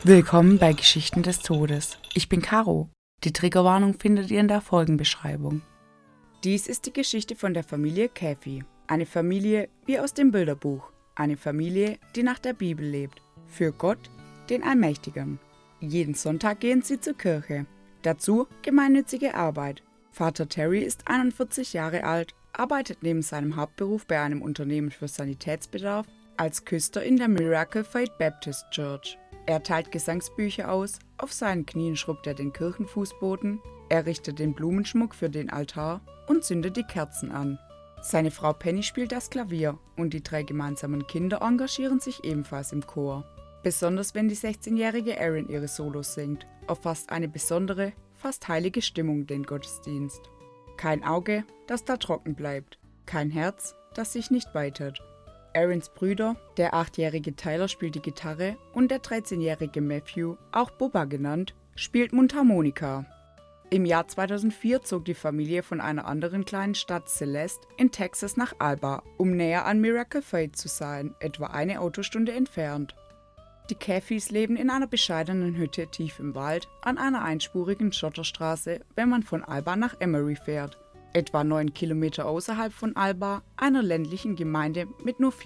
Willkommen bei Geschichten des Todes. Ich bin Caro. Die Triggerwarnung findet ihr in der Folgenbeschreibung. Dies ist die Geschichte von der Familie Caffey. Eine Familie wie aus dem Bilderbuch. Eine Familie, die nach der Bibel lebt. Für Gott, den Allmächtigen. Jeden Sonntag gehen sie zur Kirche. Dazu gemeinnützige Arbeit. Vater Terry ist 41 Jahre alt, arbeitet neben seinem Hauptberuf bei einem Unternehmen für Sanitätsbedarf als Küster in der Miracle Faith Baptist Church. Er teilt Gesangsbücher aus, auf seinen Knien schrubbt er den Kirchenfußboden, er richtet den Blumenschmuck für den Altar und zündet die Kerzen an. Seine Frau Penny spielt das Klavier und die 3 gemeinsamen Kinder engagieren sich ebenfalls im Chor. Besonders wenn die 16-jährige Erin ihre Solos singt, erfasst eine besondere, fast heilige Stimmung den Gottesdienst. Kein Auge, das da trocken bleibt, kein Herz, das sich nicht weitet. Erins Brüder, der 8-jährige Tyler spielt die Gitarre und der 13-jährige Matthew, auch Bubba genannt, spielt Mundharmonika. Im Jahr 2004 zog die Familie von einer anderen kleinen Stadt Celeste in Texas nach Alba, um näher an Miracle Faith zu sein, etwa eine Autostunde entfernt. Die Caffeys leben in einer bescheidenen Hütte tief im Wald an einer einspurigen Schotterstraße, wenn man von Alba nach Emery fährt. Etwa 9 Kilometer außerhalb von Alba, einer ländlichen Gemeinde mit nur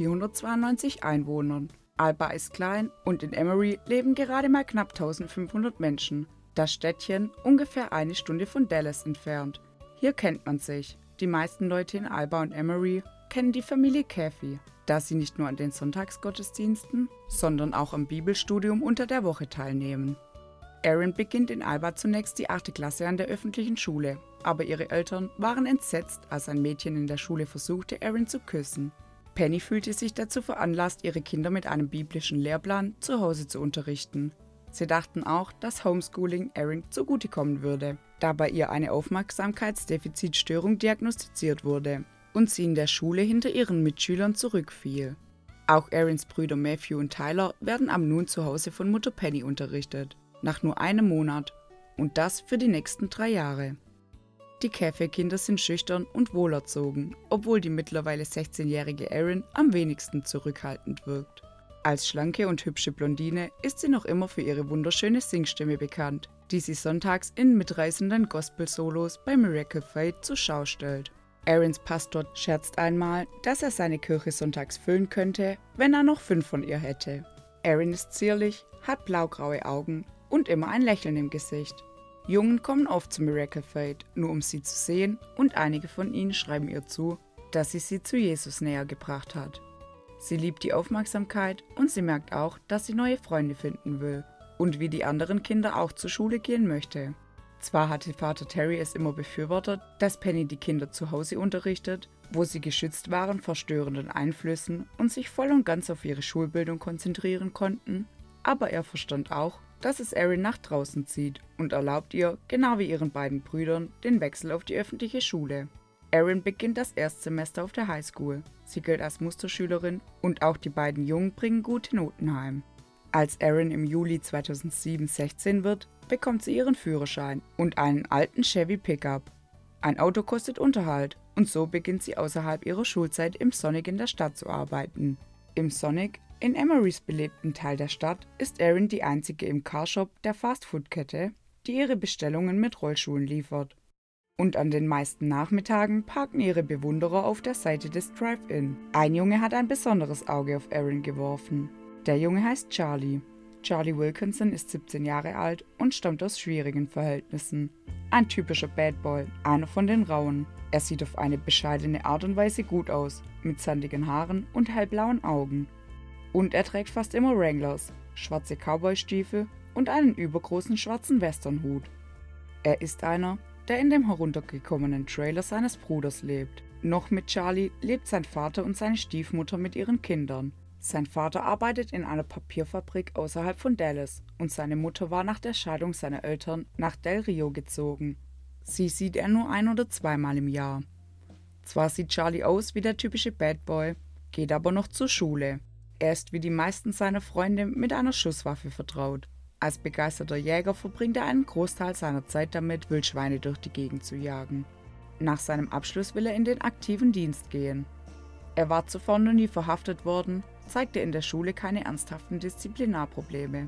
492 Einwohnern. Alba ist klein und in Emery leben gerade mal knapp 1500 Menschen. Das Städtchen ungefähr eine Stunde von Dallas entfernt. Hier kennt man sich. Die meisten Leute in Alba und Emery kennen die Familie Caffey, da sie nicht nur an den Sonntagsgottesdiensten, sondern auch am Bibelstudium unter der Woche teilnehmen. Erin beginnt in Alba zunächst die 8. Klasse an der öffentlichen Schule, aber ihre Eltern waren entsetzt, als ein Mädchen in der Schule versuchte, Erin zu küssen. Penny fühlte sich dazu veranlasst, ihre Kinder mit einem biblischen Lehrplan zu Hause zu unterrichten. Sie dachten auch, dass Homeschooling Erin zugutekommen würde, da bei ihr eine Aufmerksamkeitsdefizitstörung diagnostiziert wurde und sie in der Schule hinter ihren Mitschülern zurückfiel. Auch Erins Brüder Matthew und Tyler werden ab nun zu Hause von Mutter Penny unterrichtet. Nach nur einem Monat. Und das für die nächsten 3 Jahre. Die Caffey-Kinder sind schüchtern und wohlerzogen, obwohl die mittlerweile 16-jährige Erin am wenigsten zurückhaltend wirkt. Als schlanke und hübsche Blondine ist sie noch immer für ihre wunderschöne Singstimme bekannt, die sie sonntags in mitreißenden Gospel-Solos bei Miracle Faith zur Schau stellt. Erins Pastor scherzt einmal, dass er seine Kirche sonntags füllen könnte, wenn er noch 5 von ihr hätte. Erin ist zierlich, hat blaugraue Augen und immer ein Lächeln im Gesicht. Jungen kommen oft zu Miracle Faith, nur um sie zu sehen, und einige von ihnen schreiben ihr zu, dass sie zu Jesus näher gebracht hat. Sie liebt die Aufmerksamkeit und sie merkt auch, dass sie neue Freunde finden will und wie die anderen Kinder auch zur Schule gehen möchte. Zwar hatte Vater Terry es immer befürwortet, dass Penny die Kinder zu Hause unterrichtet, wo sie geschützt waren vor störenden Einflüssen und sich voll und ganz auf ihre Schulbildung konzentrieren konnten, aber er verstand auch, dass es Erin nach draußen zieht und erlaubt ihr, genau wie ihren beiden Brüdern, den Wechsel auf die öffentliche Schule. Erin beginnt das Erstsemester auf der Highschool. Sie gilt als Musterschülerin und auch die beiden Jungen bringen gute Noten heim. Als Erin im Juli 2007 16 wird, bekommt sie ihren Führerschein und einen alten Chevy Pickup. Ein Auto kostet Unterhalt und so beginnt sie außerhalb ihrer Schulzeit im Sonic in der Stadt zu arbeiten. Im Sonic, in Emerys belebten Teil der Stadt, ist Erin die einzige im Carshop der Fast-Food-Kette, die ihre Bestellungen mit Rollschuhen liefert. Und an den meisten Nachmittagen parken ihre Bewunderer auf der Seite des Drive-In. Ein Junge hat ein besonderes Auge auf Erin geworfen. Der Junge heißt Charlie. Charlie Wilkinson ist 17 Jahre alt und stammt aus schwierigen Verhältnissen. Ein typischer Bad Boy, einer von den Rauen. Er sieht auf eine bescheidene Art und Weise gut aus, mit sandigen Haaren und hellblauen Augen. Und er trägt fast immer Wranglers, schwarze Cowboystiefel und einen übergroßen schwarzen Westernhut. Er ist einer, der in dem heruntergekommenen Trailer seines Bruders lebt. Noch mit Charlie lebt sein Vater und seine Stiefmutter mit ihren Kindern. Sein Vater arbeitet in einer Papierfabrik außerhalb von Dallas und seine Mutter war nach der Scheidung seiner Eltern nach Del Rio gezogen. Sie sieht er nur 1- oder 2-mal im Jahr. Zwar sieht Charlie aus wie der typische Bad Boy, geht aber noch zur Schule. Er ist wie die meisten seiner Freunde mit einer Schusswaffe vertraut. Als begeisterter Jäger verbringt er einen Großteil seiner Zeit damit, Wildschweine durch die Gegend zu jagen. Nach seinem Abschluss will er in den aktiven Dienst gehen. Er war zuvor noch nie verhaftet worden, zeigte in der Schule keine ernsthaften Disziplinarprobleme.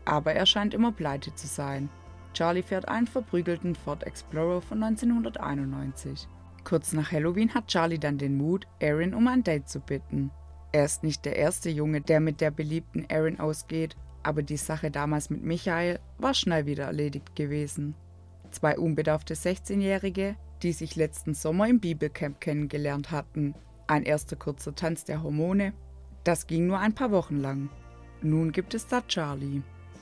aber er scheint immer pleite zu sein. Charlie fährt einen verprügelten Ford Explorer von 1991. Kurz nach Halloween hat Charlie dann den Mut, Erin um ein Date zu bitten. Er ist nicht der erste Junge, der mit der beliebten Erin ausgeht, aber die Sache damals mit Michael war schnell wieder erledigt gewesen. Zwei unbedarfte 16-Jährige, die sich letzten Sommer im Bibelcamp kennengelernt hatten. Ein erster kurzer Tanz der Hormone. Das ging nur ein paar Wochen lang. Nun gibt es da Charlie.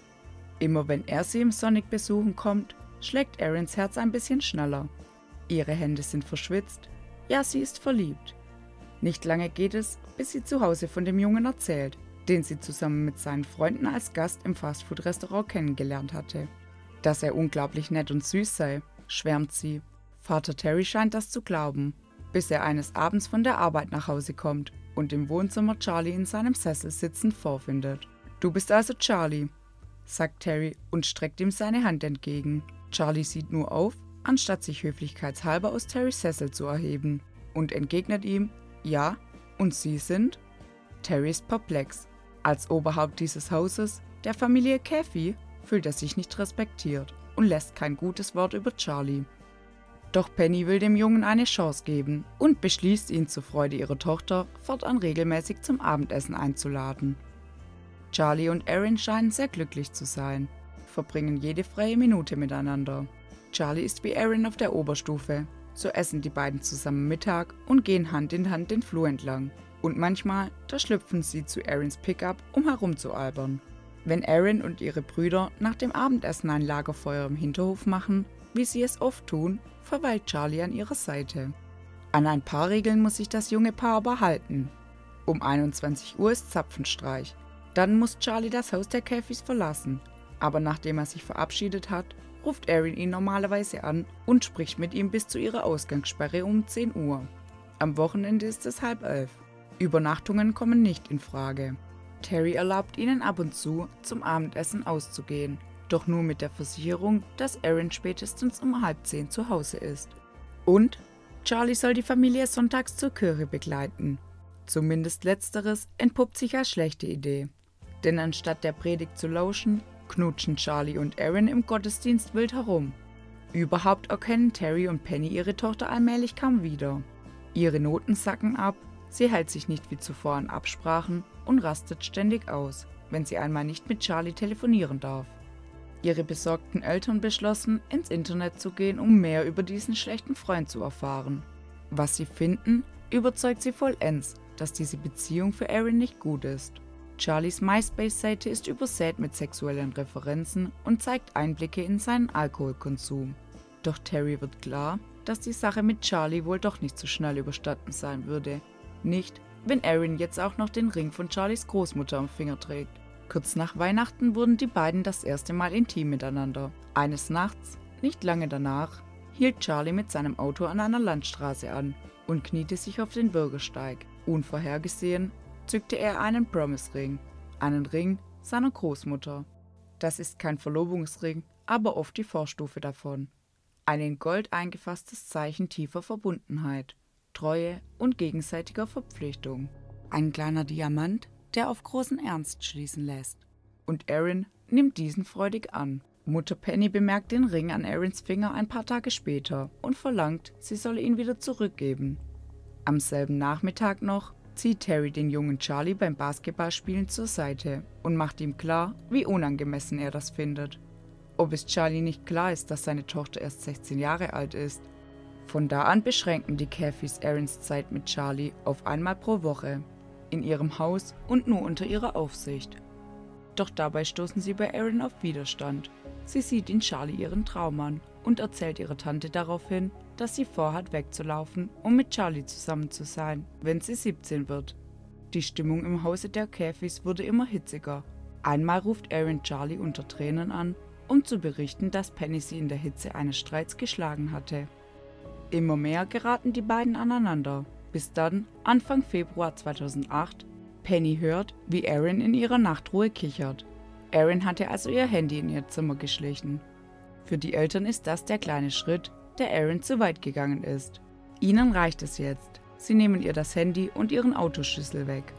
Immer wenn er sie im Sonic besuchen kommt, schlägt Erins Herz ein bisschen schneller. Ihre Hände sind verschwitzt. Ja, sie ist verliebt. Nicht lange geht es, bis sie zu Hause von dem Jungen erzählt, den sie zusammen mit seinen Freunden als Gast im Fastfood-Restaurant kennengelernt hatte. Dass er unglaublich nett und süß sei, schwärmt sie. Vater Terry scheint das zu glauben, bis er eines Abends von der Arbeit nach Hause kommt und im Wohnzimmer Charlie in seinem Sessel sitzend vorfindet. »Du bist also Charlie«, sagt Terry und streckt ihm seine Hand entgegen. Charlie sieht nur auf, anstatt sich höflichkeitshalber aus Terrys Sessel zu erheben, und entgegnet ihm: »Ja, und Sie sind?« Terry ist perplex. Als Oberhaupt dieses Hauses, der Familie Caffey, fühlt er sich nicht respektiert und lässt kein gutes Wort über Charlie. Doch Penny will dem Jungen eine Chance geben und beschließt, ihn zur Freude ihrer Tochter fortan regelmäßig zum Abendessen einzuladen. Charlie und Erin scheinen sehr glücklich zu sein, verbringen jede freie Minute miteinander. Charlie ist wie Erin auf der Oberstufe, so essen die beiden zusammen Mittag und gehen Hand in Hand den Flur entlang. Und manchmal, da schlüpfen sie zu Erins Pickup, um herumzualbern. Wenn Erin und ihre Brüder nach dem Abendessen ein Lagerfeuer im Hinterhof machen, wie sie es oft tun, verweilt Charlie an ihrer Seite. An ein paar Regeln muss sich das junge Paar aber halten. Um 21 Uhr ist Zapfenstreich. Dann muss Charlie das Haus der Caffeys verlassen. Aber nachdem er sich verabschiedet hat, ruft Erin ihn normalerweise an und spricht mit ihm bis zu ihrer Ausgangssperre um 10 Uhr. Am Wochenende ist es 10:30. Übernachtungen kommen nicht in Frage. Terry erlaubt ihnen ab und zu, zum Abendessen auszugehen, doch nur mit der Versicherung, dass Erin spätestens um 9:30 zu Hause ist. Und Charlie soll die Familie sonntags zur Kirche begleiten. Zumindest letzteres entpuppt sich als schlechte Idee. Denn anstatt der Predigt zu lauschen, knutschen Charlie und Erin im Gottesdienst wild herum. Überhaupt erkennen Terry und Penny ihre Tochter allmählich kaum wieder. Ihre Noten sacken ab, sie hält sich nicht wie zuvor an Absprachen und rastet ständig aus, wenn sie einmal nicht mit Charlie telefonieren darf. Ihre besorgten Eltern beschlossen, ins Internet zu gehen, um mehr über diesen schlechten Freund zu erfahren. Was sie finden, überzeugt sie vollends, dass diese Beziehung für Erin nicht gut ist. Charlies MySpace-Seite ist übersät mit sexuellen Referenzen und zeigt Einblicke in seinen Alkoholkonsum. Doch Terry wird klar, dass die Sache mit Charlie wohl doch nicht so schnell überstanden sein würde. Nicht, wenn Erin jetzt auch noch den Ring von Charlies Großmutter am Finger trägt. Kurz nach Weihnachten wurden die beiden das erste Mal intim miteinander. Eines Nachts, nicht lange danach, hielt Charlie mit seinem Auto an einer Landstraße an und kniete sich auf den Bürgersteig. Unvorhergesehen zückte er einen Promise-Ring, einen Ring seiner Großmutter. Das ist kein Verlobungsring, aber oft die Vorstufe davon. Ein in Gold eingefasstes Zeichen tiefer Verbundenheit, Treue und gegenseitiger Verpflichtung. Ein kleiner Diamant, der auf großen Ernst schließen lässt. Und Erin nimmt diesen freudig an. Mutter Penny bemerkt den Ring an Erins Finger ein paar Tage später und verlangt, sie solle ihn wieder zurückgeben. Am selben Nachmittag noch zieht Terry den jungen Charlie beim Basketballspielen zur Seite und macht ihm klar, wie unangemessen er das findet. Ob es Charlie nicht klar ist, dass seine Tochter erst 16 Jahre alt ist. Von da an beschränken die Caffeys Erins Zeit mit Charlie auf einmal pro Woche, in ihrem Haus und nur unter ihrer Aufsicht. Doch dabei stoßen sie bei Erin auf Widerstand. Sie sieht in Charlie ihren Traum an und erzählt ihrer Tante daraufhin, dass sie vorhat wegzulaufen, um mit Charlie zusammen zu sein, wenn sie 17 wird. Die Stimmung im Hause der Caffeys wurde immer hitziger. Einmal ruft Erin Charlie unter Tränen an, um zu berichten, dass Penny sie in der Hitze eines Streits geschlagen hatte. Immer mehr geraten die beiden aneinander, bis dann, Anfang Februar 2008, Penny hört, wie Erin in ihrer Nachtruhe kichert. Erin hatte also ihr Handy in ihr Zimmer geschlichen. Für die Eltern ist das der kleine Schritt, der Erin zu weit gegangen ist. Ihnen reicht es jetzt. Sie nehmen ihr das Handy und ihren Autoschlüssel weg.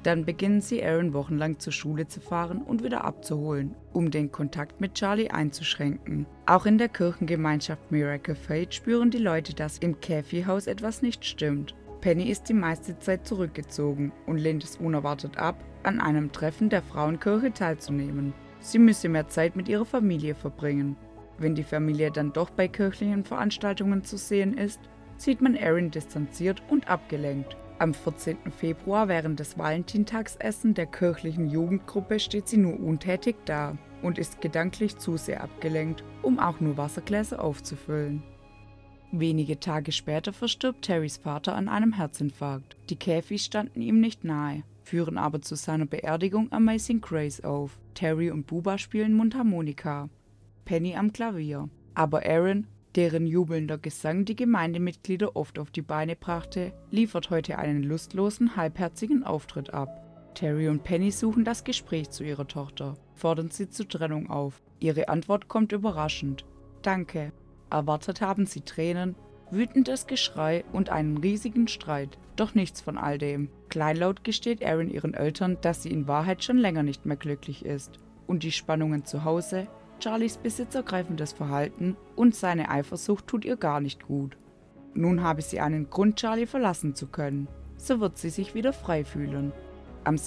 Dann beginnen sie, Aaron wochenlang zur Schule zu fahren und wieder abzuholen, um den Kontakt mit Charlie einzuschränken. Auch in der Kirchengemeinschaft Miracle Faith spüren die Leute, dass im Caffey-Haus etwas nicht stimmt. Penny ist die meiste Zeit zurückgezogen und lehnt es unerwartet ab, an einem Treffen der Frauenkirche teilzunehmen. Sie müsse mehr Zeit mit ihrer Familie verbringen. Wenn die Familie dann doch bei kirchlichen Veranstaltungen zu sehen ist, sieht man Aaron distanziert und abgelenkt. Am 14. Februar während des Valentinstagsessen der kirchlichen Jugendgruppe steht sie nur untätig da und ist gedanklich zu sehr abgelenkt, um auch nur Wassergläser aufzufüllen. Wenige Tage später verstirbt Terrys Vater an einem Herzinfarkt. Die Caffeys standen ihm nicht nahe, führen aber zu seiner Beerdigung Amazing Grace auf. Terry und Buba spielen Mundharmonika, Penny am Klavier. Aber Aaron, deren jubelnder Gesang die Gemeindemitglieder oft auf die Beine brachte, liefert heute einen lustlosen, halbherzigen Auftritt ab. Terry und Penny suchen das Gespräch zu ihrer Tochter, fordern sie zur Trennung auf. Ihre Antwort kommt überraschend. Danke. Erwartet haben sie Tränen, wütendes Geschrei und einen riesigen Streit. Doch nichts von all dem. Kleinlaut gesteht Aaron ihren Eltern, dass sie in Wahrheit schon länger nicht mehr glücklich ist. Und die Spannungen zu Hause, Charlies besitzergreifendes Verhalten und seine Eifersucht tut ihr gar nicht gut. Nun habe sie einen Grund, Charlie verlassen zu können. So wird sie sich wieder frei fühlen. Am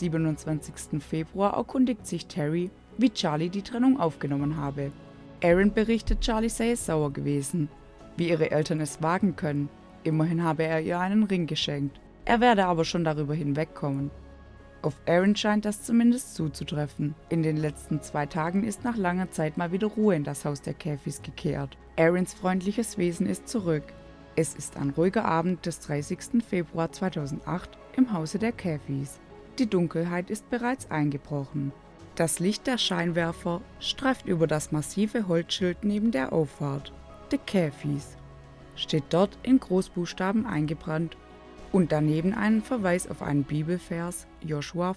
27. Februar erkundigt sich Terry, wie Charlie die Trennung aufgenommen habe. Aaron berichtet, Charlie sei sauer gewesen, wie ihre Eltern es wagen können. Immerhin habe er ihr einen Ring geschenkt. Er werde aber schon darüber hinwegkommen. Auf Aaron scheint das zumindest zuzutreffen. In den letzten 2 Tagen ist nach langer Zeit mal wieder Ruhe in das Haus der Caffeys gekehrt. Aarons freundliches Wesen ist zurück. Es ist ein ruhiger Abend des 30. Februar 2008 im Hause der Caffeys. Die Dunkelheit ist bereits eingebrochen. Das Licht der Scheinwerfer streift über das massive Holzschild neben der Auffahrt. The Caffeys steht dort in Großbuchstaben eingebrannt und daneben einen Verweis auf einen Bibelvers, Joshua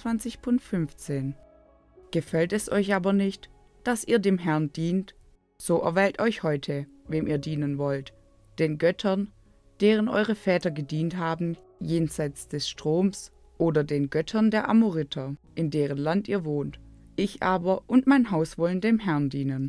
24,15. Gefällt es euch aber nicht, dass ihr dem Herrn dient, so erwählt euch heute, wem ihr dienen wollt, den Göttern, deren eure Väter gedient haben, jenseits des Stroms, oder den Göttern der Amoriter, in deren Land ihr wohnt. Ich aber und mein Haus wollen dem Herrn dienen.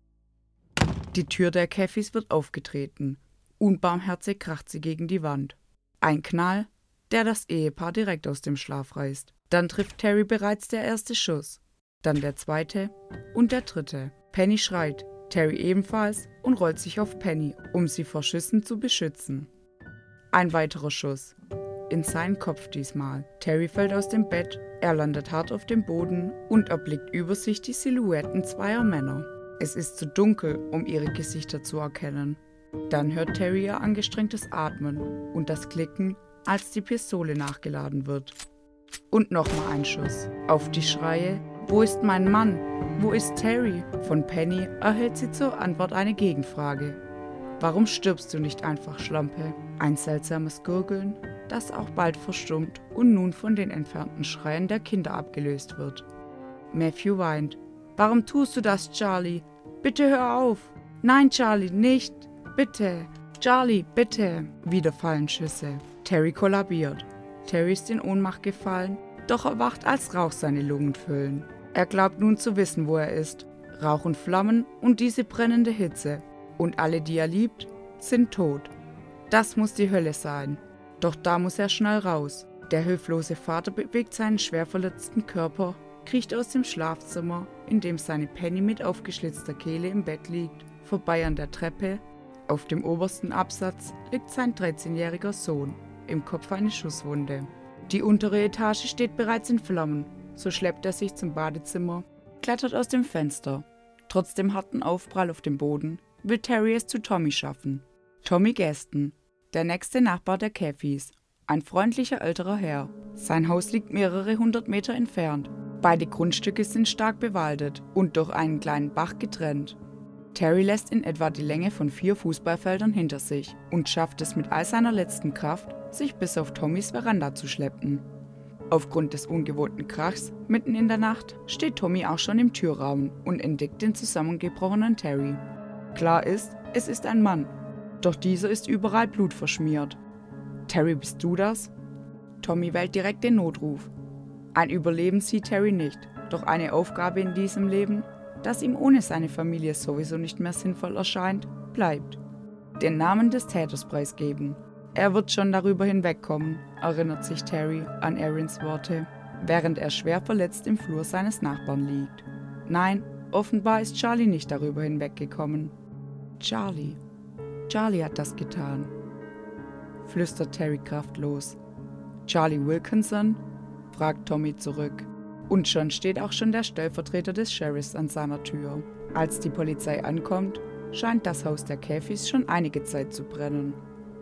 Die Tür der Caffeys wird aufgetreten. Unbarmherzig kracht sie gegen die Wand. Ein Knall, der das Ehepaar direkt aus dem Schlaf reißt. Dann trifft Terry bereits der erste Schuss. Dann der zweite und der dritte. Penny schreit, Terry ebenfalls und rollt sich auf Penny, um sie vor Schüssen zu beschützen. Ein weiterer Schuss. In seinen Kopf diesmal. Terry fällt aus dem Bett, er landet hart auf dem Boden und erblickt über sich die Silhouetten zweier Männer. Es ist zu dunkel, um ihre Gesichter zu erkennen. Dann hört Terry ihr angestrengtes Atmen und das Klicken, als die Pistole nachgeladen wird. Und nochmal ein Schuss. Auf die Schreie, wo ist mein Mann? Wo ist Terry? Von Penny erhält sie zur Antwort eine Gegenfrage. Warum stirbst du nicht einfach, Schlampe? Ein seltsames Gurgeln, das auch bald verstummt und nun von den entfernten Schreien der Kinder abgelöst wird. Matthew weint. Warum tust du das, Charlie? Bitte hör auf! Nein, Charlie, nicht! Bitte! Charlie, bitte! Wieder fallen Schüsse. Terry kollabiert. Terry ist in Ohnmacht gefallen, doch erwacht, als Rauch seine Lungen füllen. Er glaubt nun zu wissen, wo er ist. Rauch und Flammen und diese brennende Hitze. Und alle, die er liebt, sind tot. Das muss die Hölle sein. Doch da muss er schnell raus. Der hilflose Vater bewegt seinen schwer verletzten Körper, kriecht aus dem Schlafzimmer, in dem seine Penny mit aufgeschlitzter Kehle im Bett liegt, vorbei an der Treppe. Auf dem obersten Absatz liegt sein 13-jähriger Sohn, im Kopf eine Schusswunde. Die untere Etage steht bereits in Flammen, so schleppt er sich zum Badezimmer, klettert aus dem Fenster. Trotz dem harten Aufprall auf dem Boden will Terry es zu Tommy schaffen. Tommy Gaston, der nächste Nachbar der Caffeys, ein freundlicher älterer Herr. Sein Haus liegt mehrere 100 Meter entfernt. Beide Grundstücke sind stark bewaldet und durch einen kleinen Bach getrennt. Terry lässt in etwa die Länge von 4 Fußballfeldern hinter sich und schafft es mit all seiner letzten Kraft, sich bis auf Tommys Veranda zu schleppen. Aufgrund des ungewohnten Krachs mitten in der Nacht steht Tommy auch schon im Türrahmen und entdeckt den zusammengebrochenen Terry. Klar ist, es ist ein Mann, doch dieser ist überall blutverschmiert. Terry, bist du das? Tommy wählt direkt den Notruf. Ein Überleben sieht Terry nicht, doch eine Aufgabe in diesem Leben, das ihm ohne seine Familie sowieso nicht mehr sinnvoll erscheint, bleibt. Den Namen des Täters preisgeben. Er wird schon darüber hinwegkommen, erinnert sich Terry an Erin's Worte, während er schwer verletzt im Flur seines Nachbarn liegt. Nein, offenbar ist Charlie nicht darüber hinweggekommen. Charlie hat das getan, flüstert Terry kraftlos. Charlie Wilkinson? Fragt Tommy zurück. Und schon steht auch schon der Stellvertreter des Sheriffs an seiner Tür. Als die Polizei ankommt, scheint das Haus der Caffeys schon einige Zeit zu brennen.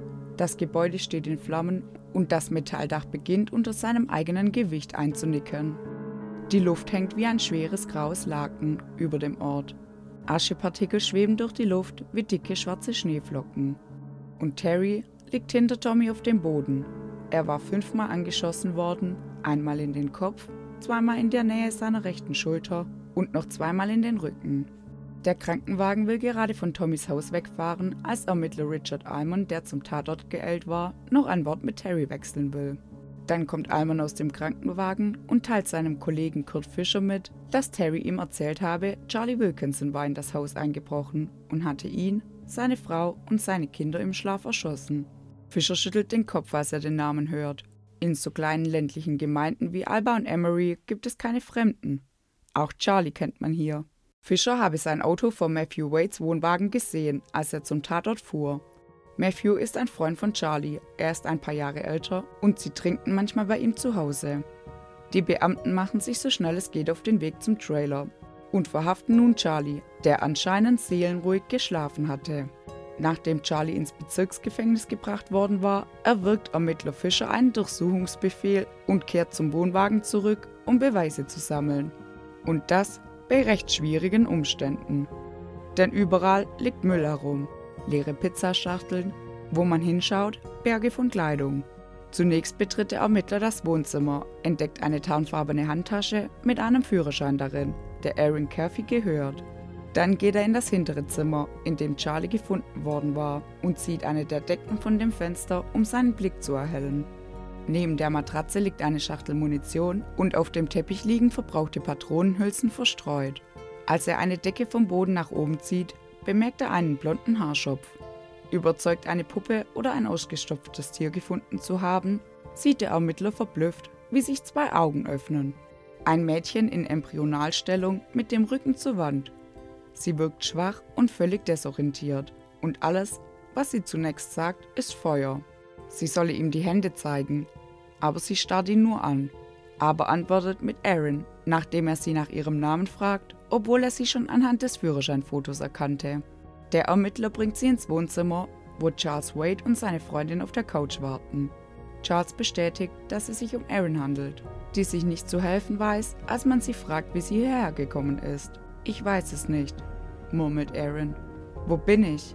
Das Gebäude steht in Flammen und das Metalldach beginnt unter seinem eigenen Gewicht einzunicken. Die Luft hängt wie ein schweres graues Laken über dem Ort. Aschepartikel schweben durch die Luft wie dicke schwarze Schneeflocken. Und Terry liegt hinter Tommy auf dem Boden. Er war 5-mal angeschossen worden, einmal in den Kopf, 2-mal in der Nähe seiner rechten Schulter und noch 2-mal in den Rücken. Der Krankenwagen will gerade von Tommys Haus wegfahren, als Ermittler Richard Allman, der zum Tatort geeilt war, noch ein Wort mit Terry wechseln will. Dann kommt Allman aus dem Krankenwagen und teilt seinem Kollegen Kurt Fisher mit, dass Terry ihm erzählt habe, Charlie Wilkinson war in das Haus eingebrochen und hatte ihn, seine Frau und seine Kinder im Schlaf erschossen. Fisher schüttelt den Kopf, als er den Namen hört. In so kleinen ländlichen Gemeinden wie Alba und Emery gibt es keine Fremden. Auch Charlie kennt man hier. Fisher habe sein Auto vor Matthew Waits Wohnwagen gesehen, als er zum Tatort fuhr. Matthew ist ein Freund von Charlie, er ist ein paar Jahre älter und sie trinken manchmal bei ihm zu Hause. Die Beamten machen sich so schnell es geht auf den Weg zum Trailer und verhaften nun Charlie, der anscheinend seelenruhig geschlafen hatte. Nachdem Charlie ins Bezirksgefängnis gebracht worden war, erwirkt Ermittler Fisher einen Durchsuchungsbefehl und kehrt zum Wohnwagen zurück, um Beweise zu sammeln. Und das bei recht schwierigen Umständen. Denn überall liegt Müll herum, leere Pizzaschachteln, wo man hinschaut, Berge von Kleidung. Zunächst betritt der Ermittler das Wohnzimmer, entdeckt eine tarnfarbene Handtasche mit einem Führerschein darin, der Erin Caffey gehört. Dann geht er in das hintere Zimmer, in dem Charlie gefunden worden war, und zieht eine der Decken von dem Fenster, um seinen Blick zu erhellen. Neben der Matratze liegt eine Schachtel Munition und auf dem Teppich liegen verbrauchte Patronenhülsen verstreut. Als er eine Decke vom Boden nach oben zieht, bemerkt er einen blonden Haarschopf. Überzeugt, eine Puppe oder ein ausgestopftes Tier gefunden zu haben, sieht der Ermittler verblüfft, wie sich 2 Augen öffnen. Ein Mädchen in Embryonalstellung mit dem Rücken zur Wand. Sie wirkt schwach und völlig desorientiert und alles, was sie zunächst sagt, ist Feuer. Sie solle ihm die Hände zeigen, aber sie starrt ihn nur an, aber antwortet mit Erin, nachdem er sie nach ihrem Namen fragt, obwohl er sie schon anhand des Führerscheinfotos erkannte. Der Ermittler bringt sie ins Wohnzimmer, wo Charles Wade und seine Freundin auf der Couch warten. Charles bestätigt, dass es sich um Erin handelt, die sich nicht zu helfen weiß, als man sie fragt, wie sie hierher gekommen ist. Ich weiß es nicht, murmelt Erin. Wo bin ich?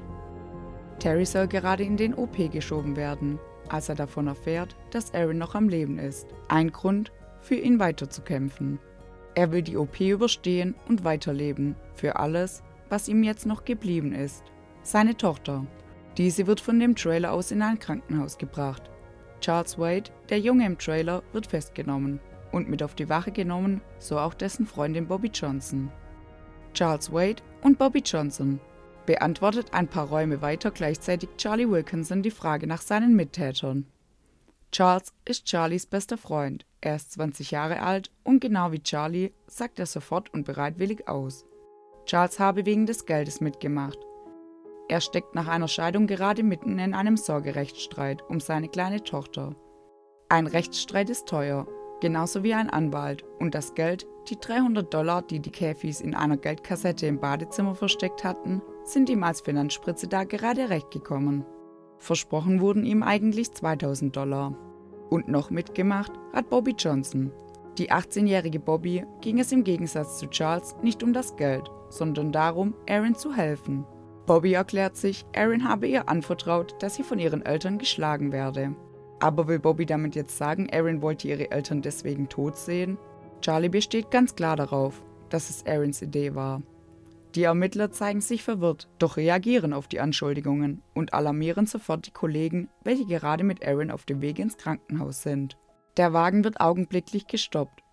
Terry soll gerade in den OP geschoben werden, als er davon erfährt, dass Erin noch am Leben ist. Ein Grund, für ihn weiterzukämpfen. Er will die OP überstehen und weiterleben, für alles, was ihm jetzt noch geblieben ist. Seine Tochter. Diese wird von dem Trailer aus in ein Krankenhaus gebracht. Charles Wade, der Junge im Trailer, wird festgenommen und mit auf die Wache genommen, so auch dessen Freundin Bobby Johnson. Charles Wade und Bobby Johnson beantwortet ein paar Räume weiter gleichzeitig Charlie Wilkinson die Frage nach seinen Mittätern. Charles ist Charlies bester Freund. Er ist 20 Jahre alt und genau wie Charlie sagt er sofort und bereitwillig aus. Charles habe wegen des Geldes mitgemacht. Er steckt nach einer Scheidung gerade mitten in einem Sorgerechtsstreit um seine kleine Tochter. Ein Rechtsstreit ist teuer, genauso wie ein Anwalt, und das Geld, die $300, die die Caffeys in einer Geldkassette im Badezimmer versteckt hatten, sind ihm als Finanzspritze da gerade recht gekommen. Versprochen wurden ihm eigentlich $2000. Und noch mitgemacht hat Bobby Johnson. Die 18-jährige Bobby ging es im Gegensatz zu Charles nicht um das Geld, sondern darum, Erin zu helfen. Bobby erklärt sich, Erin habe ihr anvertraut, dass sie von ihren Eltern geschlagen werde. Aber will Bobby damit jetzt sagen, Erin wollte ihre Eltern deswegen tot sehen? Charlie besteht ganz klar darauf, dass es Erins Idee war. Die Ermittler zeigen sich verwirrt, doch reagieren auf die Anschuldigungen und alarmieren sofort die Kollegen, welche gerade mit Erin auf dem Weg ins Krankenhaus sind. Der Wagen wird augenblicklich gestoppt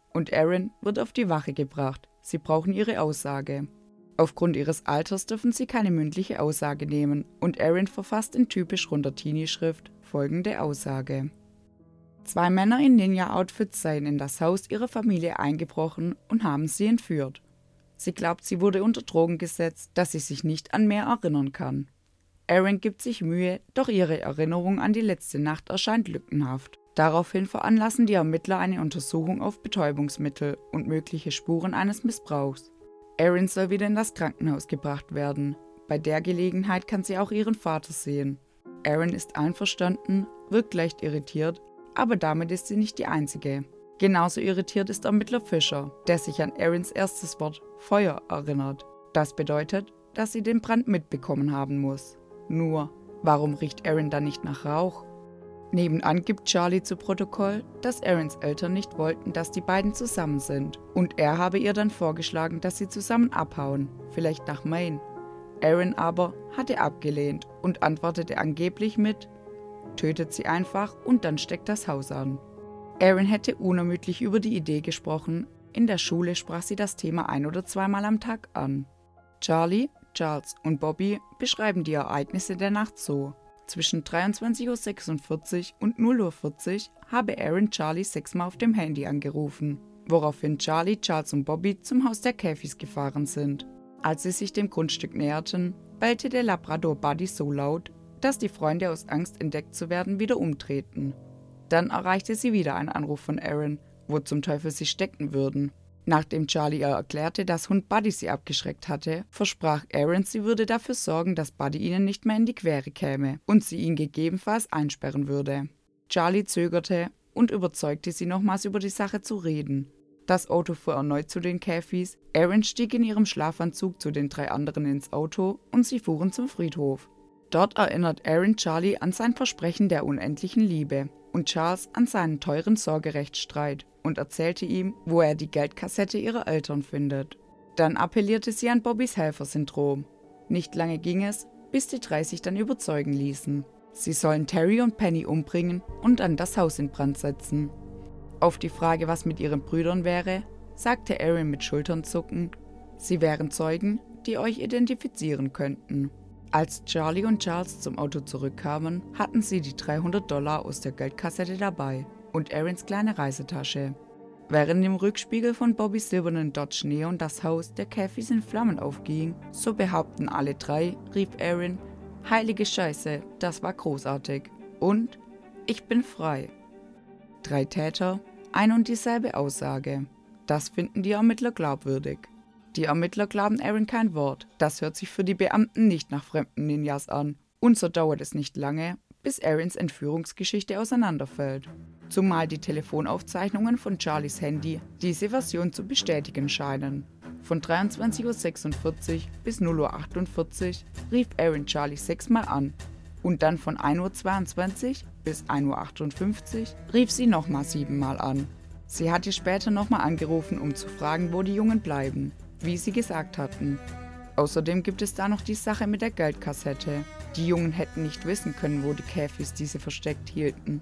und Erin wird auf die Wache gebracht. Sie brauchen ihre Aussage. Aufgrund ihres Alters dürfen sie keine mündliche Aussage nehmen und Erin verfasst in typisch runder Teenie-Schrift folgende Aussage. 2 Männer in Ninja-Outfits seien in das Haus ihrer Familie eingebrochen und haben sie entführt. Sie glaubt, sie wurde unter Drogen gesetzt, dass sie sich nicht an mehr erinnern kann. Erin gibt sich Mühe, doch ihre Erinnerung an die letzte Nacht erscheint lückenhaft. Daraufhin veranlassen die Ermittler eine Untersuchung auf Betäubungsmittel und mögliche Spuren eines Missbrauchs. Erin soll wieder in das Krankenhaus gebracht werden. Bei der Gelegenheit kann sie auch ihren Vater sehen. Erin ist einverstanden, wirkt leicht irritiert, aber damit ist sie nicht die Einzige. Genauso irritiert ist Ermittler Fisher, der sich an Erins erstes Wort Feuer erinnert. Das bedeutet, dass sie den Brand mitbekommen haben muss. Nur, warum riecht Erin dann nicht nach Rauch? Nebenan gibt Charlie zu Protokoll, dass Erins Eltern nicht wollten, dass die beiden zusammen sind. Und er habe ihr dann vorgeschlagen, dass sie zusammen abhauen, vielleicht nach Maine. Erin aber hatte abgelehnt und antwortete angeblich mit: Tötet sie einfach und dann steckt das Haus an. Erin hätte unermüdlich über die Idee gesprochen, in der Schule sprach sie das Thema 1 oder 2 Mal am Tag an. Charlie, Charles und Bobby beschreiben die Ereignisse der Nacht so: Zwischen 23:46 und 0:40 habe Erin Charlie 6-mal auf dem Handy angerufen, woraufhin Charlie, Charles und Bobby zum Haus der Caffeys gefahren sind. Als sie sich dem Grundstück näherten, bellte der Labrador Buddy so laut, dass die Freunde aus Angst, entdeckt zu werden, wieder umdrehten. Dann erreichte sie wieder ein Anruf von Erin, wo zum Teufel sie stecken würden. Nachdem Charlie ihr erklärte, dass Hund Buddy sie abgeschreckt hatte, versprach Erin, sie würde dafür sorgen, dass Buddy ihnen nicht mehr in die Quere käme und sie ihn gegebenenfalls einsperren würde. Charlie zögerte und überzeugte sie nochmals über die Sache zu reden. Das Auto fuhr erneut zu den Caffeys, Erin stieg in ihrem Schlafanzug zu den 3 anderen ins Auto und sie fuhren zum Friedhof. Dort erinnert Erin Charlie an sein Versprechen der unendlichen Liebe und Charles an seinen teuren Sorgerechtsstreit und erzählte ihm, wo er die Geldkassette ihrer Eltern findet. Dann appellierte sie an Bobbys Helfersyndrom. Nicht lange ging es, bis die 3 sich dann überzeugen ließen. Sie sollen Terry und Penny umbringen und dann das Haus in Brand setzen. Auf die Frage, was mit ihren Brüdern wäre, sagte Erin mit Schulternzucken: Sie wären Zeugen, die euch identifizieren könnten. Als Charlie und Charles zum Auto zurückkamen, hatten sie die $300 aus der Geldkassette dabei und Erins kleine Reisetasche. Während im Rückspiegel von Bobbys silbernen Dodge Neon das Haus der Caffeys in Flammen aufging, so behaupten alle 3, rief Erin: Heilige Scheiße, das war großartig. Und ich bin frei. 3 Täter, ein und dieselbe Aussage. Das finden die Ermittler glaubwürdig. Die Ermittler glauben Erin kein Wort. Das hört sich für die Beamten nicht nach fremden Ninjas an. Und so dauert es nicht lange, bis Erins Entführungsgeschichte auseinanderfällt. Zumal die Telefonaufzeichnungen von Charlies Handy diese Version zu bestätigen scheinen. Von 23:46 bis 0:48 rief Erin Charlie 6-mal an. Und dann von 1:22 bis 1:58 rief sie nochmal 7-mal an. Sie hatte später nochmal angerufen, um zu fragen, wo die Jungen bleiben, wie sie gesagt hatten. Außerdem gibt es da noch die Sache mit der Geldkassette. Die Jungen hätten nicht wissen können, wo die Caffeys diese versteckt hielten.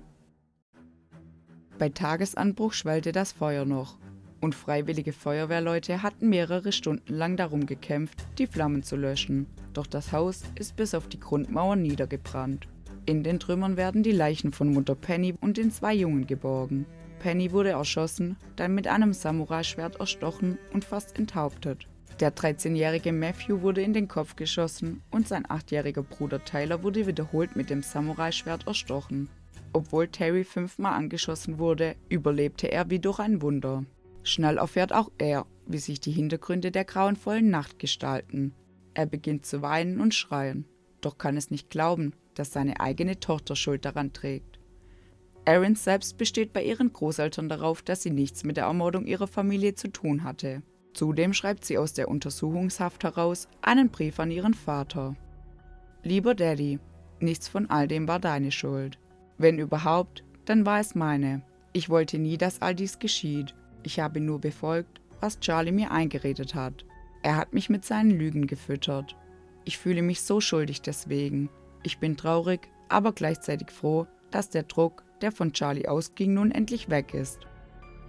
Bei Tagesanbruch schwellte das Feuer noch und freiwillige Feuerwehrleute hatten mehrere Stunden lang darum gekämpft, die Flammen zu löschen. Doch das Haus ist bis auf die Grundmauer niedergebrannt. In den Trümmern werden die Leichen von Mutter Penny und den 2 Jungen geborgen. Penny wurde erschossen, dann mit einem Samurai-Schwert erstochen und fast enthauptet. Der 13-jährige Matthew wurde in den Kopf geschossen und sein 8-jähriger Bruder Tyler wurde wiederholt mit dem Samurai-Schwert erstochen. Obwohl Terry 5-mal angeschossen wurde, überlebte er wie durch ein Wunder. Schnell erfährt auch er, wie sich die Hintergründe der grauenvollen Nacht gestalten. Er beginnt zu weinen und schreien, doch kann es nicht glauben, dass seine eigene Tochter Schuld daran trägt. Erin selbst besteht bei ihren Großeltern darauf, dass sie nichts mit der Ermordung ihrer Familie zu tun hatte. Zudem schreibt sie aus der Untersuchungshaft heraus einen Brief an ihren Vater. Lieber Daddy, nichts von all dem war deine Schuld. Wenn überhaupt, dann war es meine. Ich wollte nie, dass all dies geschieht. Ich habe nur befolgt, was Charlie mir eingeredet hat. Er hat mich mit seinen Lügen gefüttert. Ich fühle mich so schuldig deswegen. Ich bin traurig, aber gleichzeitig froh, dass der Druck, der von Charlie ausging, nun endlich weg ist.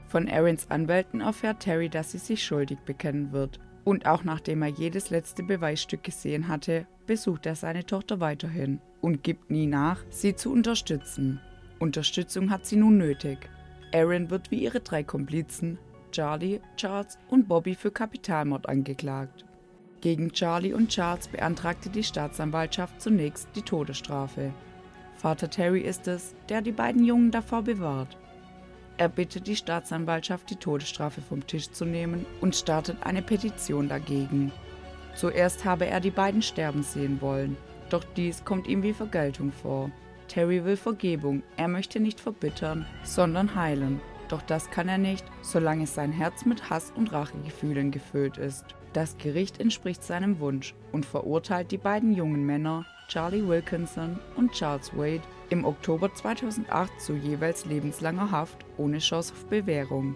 Von Erin's Anwälten erfährt Terry, dass sie sich schuldig bekennen wird. Und auch nachdem er jedes letzte Beweisstück gesehen hatte, besucht er seine Tochter weiterhin und gibt nie nach, sie zu unterstützen. Unterstützung hat sie nun nötig. Erin wird wie ihre 3 Komplizen, Charlie, Charles und Bobby, für Kapitalmord angeklagt. Gegen Charlie und Charles beantragte die Staatsanwaltschaft zunächst die Todesstrafe. Vater Terry ist es, der die beiden Jungen davor bewahrt. Er bittet die Staatsanwaltschaft, die Todesstrafe vom Tisch zu nehmen und startet eine Petition dagegen. Zuerst habe er die beiden sterben sehen wollen, doch dies kommt ihm wie Vergeltung vor. Terry will Vergebung, er möchte nicht verbittern, sondern heilen. Doch das kann er nicht, solange sein Herz mit Hass und Rachegefühlen gefüllt ist. Das Gericht entspricht seinem Wunsch und verurteilt die beiden jungen Männer, Charlie Wilkinson und Charles Wade, im Oktober 2008 zu jeweils lebenslanger Haft ohne Chance auf Bewährung.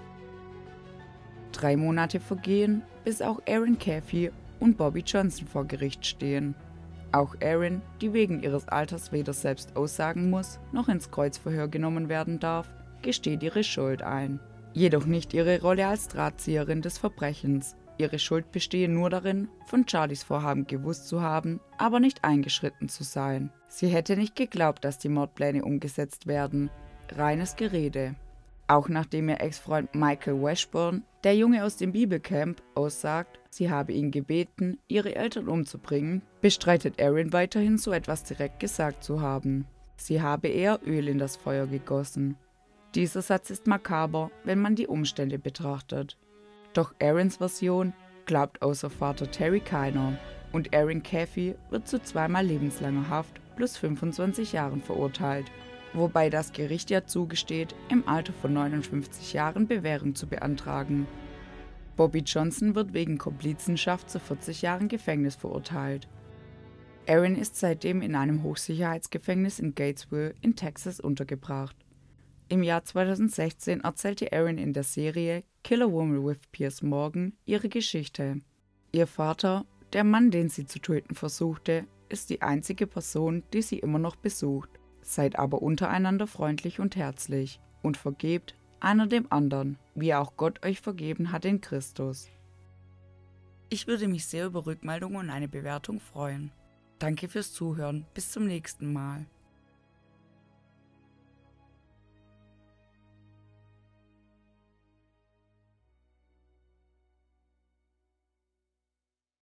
3 Monate vergehen, bis auch Erin Caffey und Bobby Johnson vor Gericht stehen. Auch Erin, die wegen ihres Alters weder selbst aussagen muss, noch ins Kreuzverhör genommen werden darf, gesteht ihre Schuld ein. Jedoch nicht ihre Rolle als Drahtzieherin des Verbrechens. Ihre Schuld bestehe nur darin, von Charlies Vorhaben gewusst zu haben, aber nicht eingeschritten zu sein. Sie hätte nicht geglaubt, dass die Mordpläne umgesetzt werden. Reines Gerede. Auch nachdem ihr Ex-Freund Michael Washburn, der Junge aus dem Bibelcamp, aussagt, sie habe ihn gebeten, ihre Eltern umzubringen, bestreitet Erin weiterhin, so etwas direkt gesagt zu haben. Sie habe eher Öl in das Feuer gegossen. Dieser Satz ist makaber, wenn man die Umstände betrachtet. Doch Erins Version glaubt außer Vater Terry keiner und Erin Caffey wird zu 2-mal lebenslanger Haft plus 25 Jahren verurteilt, wobei das Gericht ihr zugesteht, im Alter von 59 Jahren Bewährung zu beantragen. Bobby Johnson wird wegen Komplizenschaft zu 40 Jahren Gefängnis verurteilt. Erin ist seitdem in einem Hochsicherheitsgefängnis in Gatesville in Texas untergebracht. Im Jahr 2016 erzählte Erin in der Serie Kill a Woman with Piers Morgan ihre Geschichte. Ihr Vater, der Mann, den sie zu töten versuchte, ist die einzige Person, die sie immer noch besucht. Seid aber untereinander freundlich und herzlich und vergebt einer dem anderen, wie auch Gott euch vergeben hat in Christus. Ich würde mich sehr über Rückmeldungen und eine Bewertung freuen. Danke fürs Zuhören, bis zum nächsten Mal.